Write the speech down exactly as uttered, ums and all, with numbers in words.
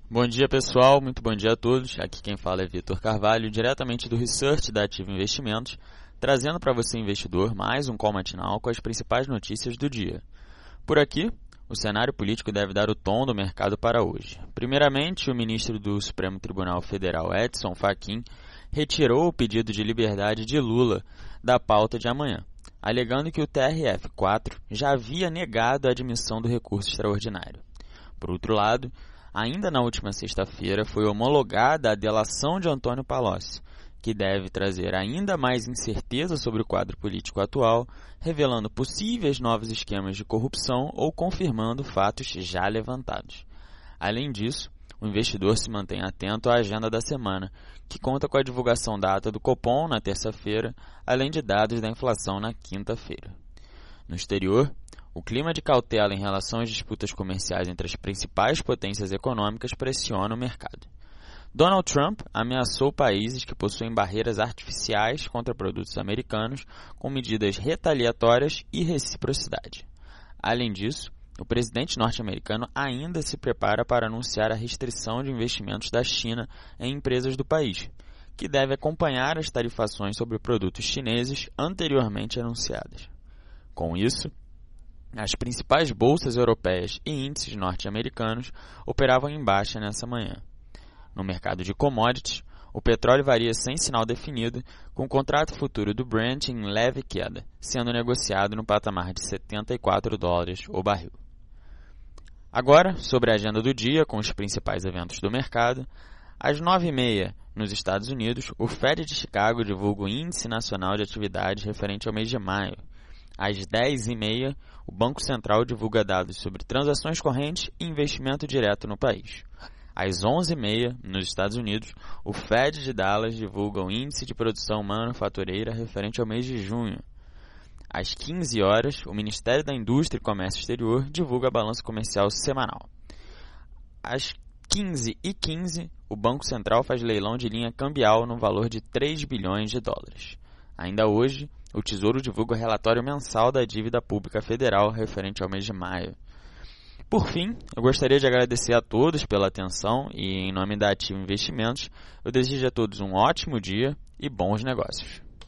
Bom dia, pessoal, muito bom dia a todos. Aqui quem fala é Vitor Carvalho, diretamente do Research da Ativo Investimentos, trazendo para você, investidor, mais um call matinal com as principais notícias do dia. Por aqui, o cenário político deve dar o tom do mercado para hoje. Primeiramente, o ministro do Supremo Tribunal Federal, Edson Fachin, retirou o pedido de liberdade de Lula da pauta de amanhã, alegando que o T R F quatro já havia negado a admissão do recurso extraordinário. Por outro lado, ainda na última sexta-feira foi homologada a delação de Antônio Palocci, que deve trazer ainda mais incerteza sobre o quadro político atual, revelando possíveis novos esquemas de corrupção ou confirmando fatos já levantados. Além disso, o investidor se mantém atento à agenda da semana, que conta com a divulgação da ata do Copom na terça-feira, além de dados da inflação na quinta-feira. No exterior, o clima de cautela em relação às disputas comerciais entre as principais potências econômicas pressiona o mercado. Donald Trump ameaçou países que possuem barreiras artificiais contra produtos americanos com medidas retaliatórias e reciprocidade. Além disso, o presidente norte-americano ainda se prepara para anunciar a restrição de investimentos da China em empresas do país, que deve acompanhar as tarifações sobre produtos chineses anteriormente anunciadas. Com isso, as principais bolsas europeias e índices norte-americanos operavam em baixa nessa manhã. No mercado de commodities, o petróleo varia sem sinal definido, com o contrato futuro do Brent em leve queda, sendo negociado no patamar de setenta e quatro dólares o barril. Agora, sobre a agenda do dia, com os principais eventos do mercado, às nove e meia, nos Estados Unidos, o Fed de Chicago divulga o Índice Nacional de Atividade referente ao mês de maio. Às dez e meia, o Banco Central divulga dados sobre transações correntes e investimento direto no país. Às onze e meia, nos Estados Unidos, o Fed de Dallas divulga o Índice de Produção Manufatureira referente ao mês de junho. Às quinze horas, o Ministério da Indústria e Comércio Exterior divulga a balança comercial semanal. Às quinze e quinze, o Banco Central faz leilão de linha cambial no valor de três bilhões de dólares. Ainda hoje, o Tesouro divulga o relatório mensal da dívida pública federal referente ao mês de maio. Por fim, eu gostaria de agradecer a todos pela atenção e, em nome da Ativo Investimentos, eu desejo a todos um ótimo dia e bons negócios.